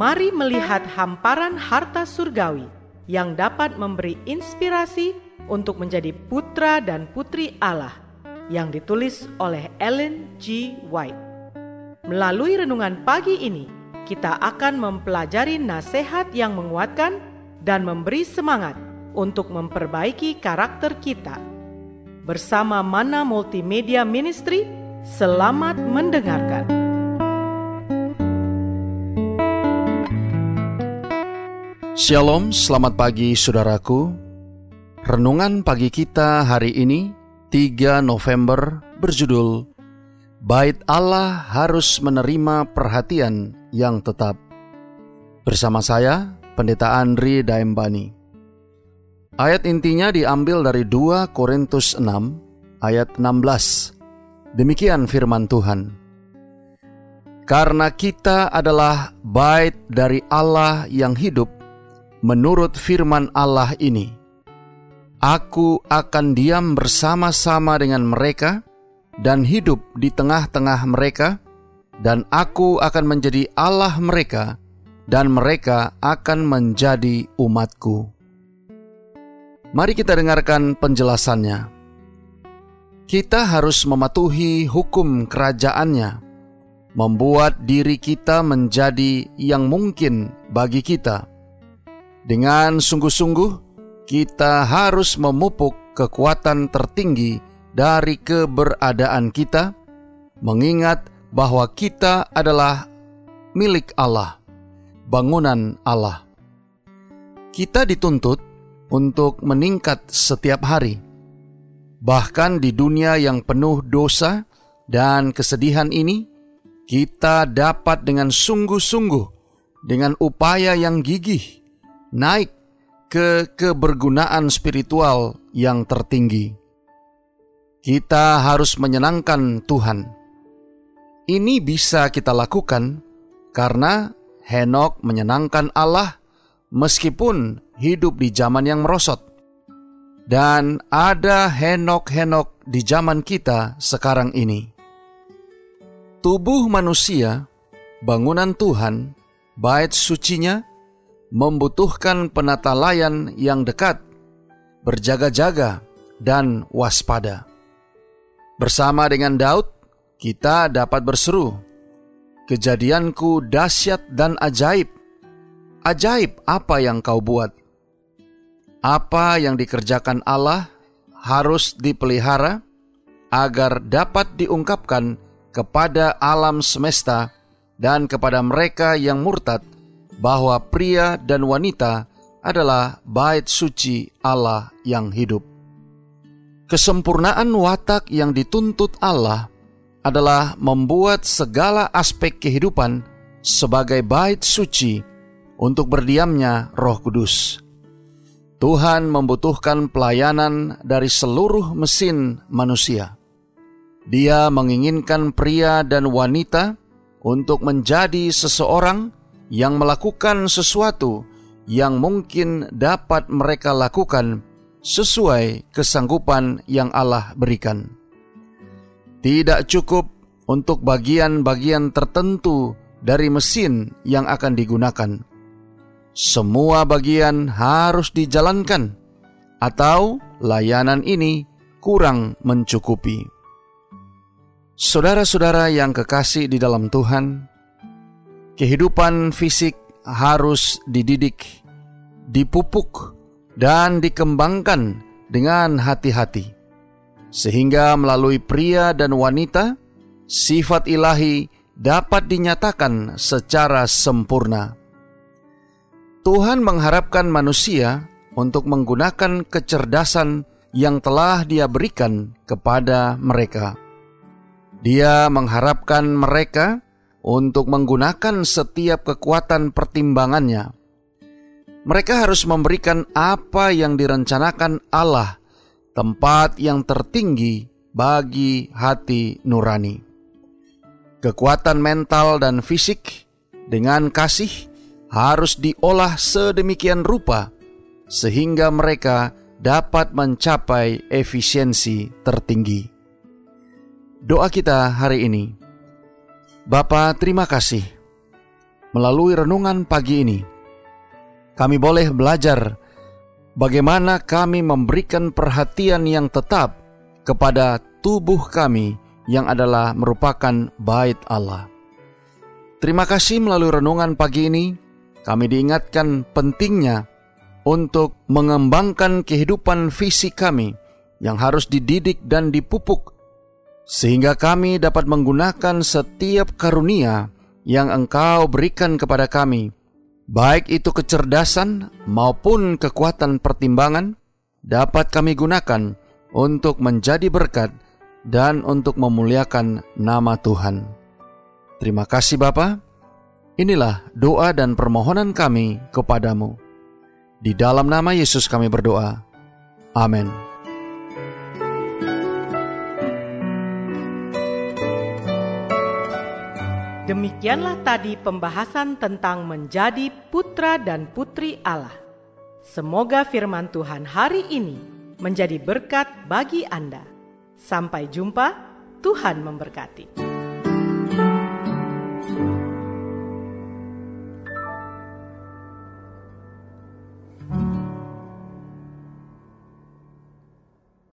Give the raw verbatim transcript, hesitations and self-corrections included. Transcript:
mari melihat hamparan harta surgawi yang dapat memberi inspirasi untuk menjadi putra dan putri Allah, yang ditulis oleh Ellen G. White. Melalui renungan pagi ini, kita akan mempelajari nasihat yang menguatkan dan memberi semangat untuk memperbaiki karakter kita. Bersama Mana Multimedia Ministry, selamat mendengarkan. Shalom, selamat pagi saudaraku. Renungan pagi kita hari ini, tiga November, berjudul Bait Allah harus menerima perhatian yang tetap. Bersama saya, Pendeta Andri Daembani. Ayat intinya diambil dari dua Korintus enam, ayat enam belas. Demikian firman Tuhan. Karena kita adalah bait dari Allah yang hidup, menurut firman Allah ini, Aku akan diam bersama-sama dengan mereka dan hidup di tengah-tengah mereka, dan Aku akan menjadi Allah mereka, dan mereka akan menjadi umatku. Mari kita dengarkan penjelasannya. Kita harus mematuhi hukum kerajaannya, membuat diri kita menjadi yang mungkin bagi kita. Dengan sungguh-sungguh, kita harus memupuk kekuatan tertinggi dari keberadaan kita, mengingat bahwa kita adalah milik Allah, bangunan Allah. Kita dituntut untuk meningkat setiap hari. Bahkan di dunia yang penuh dosa dan kesedihan ini, kita dapat dengan sungguh-sungguh, dengan upaya yang gigih, naik ke kebergunaan spiritual yang tertinggi. Kita harus menyenangkan Tuhan. Ini bisa kita lakukan karena Henokh menyenangkan Allah meskipun hidup di zaman yang merosot. Dan ada Henokh-Henokh di zaman kita sekarang ini. Tubuh manusia, bangunan Tuhan, bait sucinya, membutuhkan penatalayan yang dekat, berjaga-jaga, dan waspada. Bersama dengan Daud, kita dapat berseru, Kejadianku dahsyat dan ajaib. Ajaib apa yang kau buat? Apa yang dikerjakan Allah harus dipelihara agar dapat diungkapkan kepada alam semesta dan kepada mereka yang murtad, bahwa pria dan wanita adalah bait suci Allah yang hidup. Kesempurnaan watak yang dituntut Allah adalah membuat segala aspek kehidupan sebagai bait suci untuk berdiamnya Roh Kudus. Tuhan membutuhkan pelayanan dari seluruh mesin manusia. Dia menginginkan pria dan wanita untuk menjadi seseorang yang melakukan sesuatu yang mungkin dapat mereka lakukan sesuai kesanggupan yang Allah berikan. Tidak cukup untuk bagian-bagian tertentu dari mesin yang akan digunakan. Semua bagian harus dijalankan, atau layanan ini kurang mencukupi. Saudara-saudara yang kekasih di dalam Tuhan, kehidupan fisik harus dididik, dipupuk, dan dikembangkan dengan hati-hati, sehingga melalui pria dan wanita, sifat ilahi dapat dinyatakan secara sempurna. Tuhan mengharapkan manusia untuk menggunakan kecerdasan yang telah Dia berikan kepada mereka. Dia mengharapkan mereka untuk menggunakan setiap kekuatan pertimbangannya. Mereka harus memberikan apa yang direncanakan Allah, tempat yang tertinggi bagi hati nurani. Kekuatan mental dan fisik dengan kasih harus diolah sedemikian rupa sehingga mereka dapat mencapai efisiensi tertinggi. Doa kita hari ini. Bapa, terima kasih. melalui renungan pagi ini, kami boleh belajar bagaimana kami memberikan perhatian yang tetap kepada tubuh kami yang adalah merupakan bait Allah. Terima kasih, melalui renungan pagi ini kami diingatkan pentingnya untuk mengembangkan kehidupan fisik kami yang harus dididik dan dipupuk, sehingga kami dapat menggunakan setiap karunia yang Engkau berikan kepada kami, baik itu kecerdasan maupun kekuatan pertimbangan, dapat kami gunakan untuk menjadi berkat dan untuk memuliakan nama Tuhan. Terima kasih Bapa. Inilah doa dan permohonan kami kepadamu. Di dalam nama Yesus kami berdoa. Amin. Demikianlah tadi pembahasan tentang menjadi putra dan putri Allah. Semoga firman Tuhan hari ini menjadi berkat bagi Anda. Sampai jumpa, Tuhan memberkati.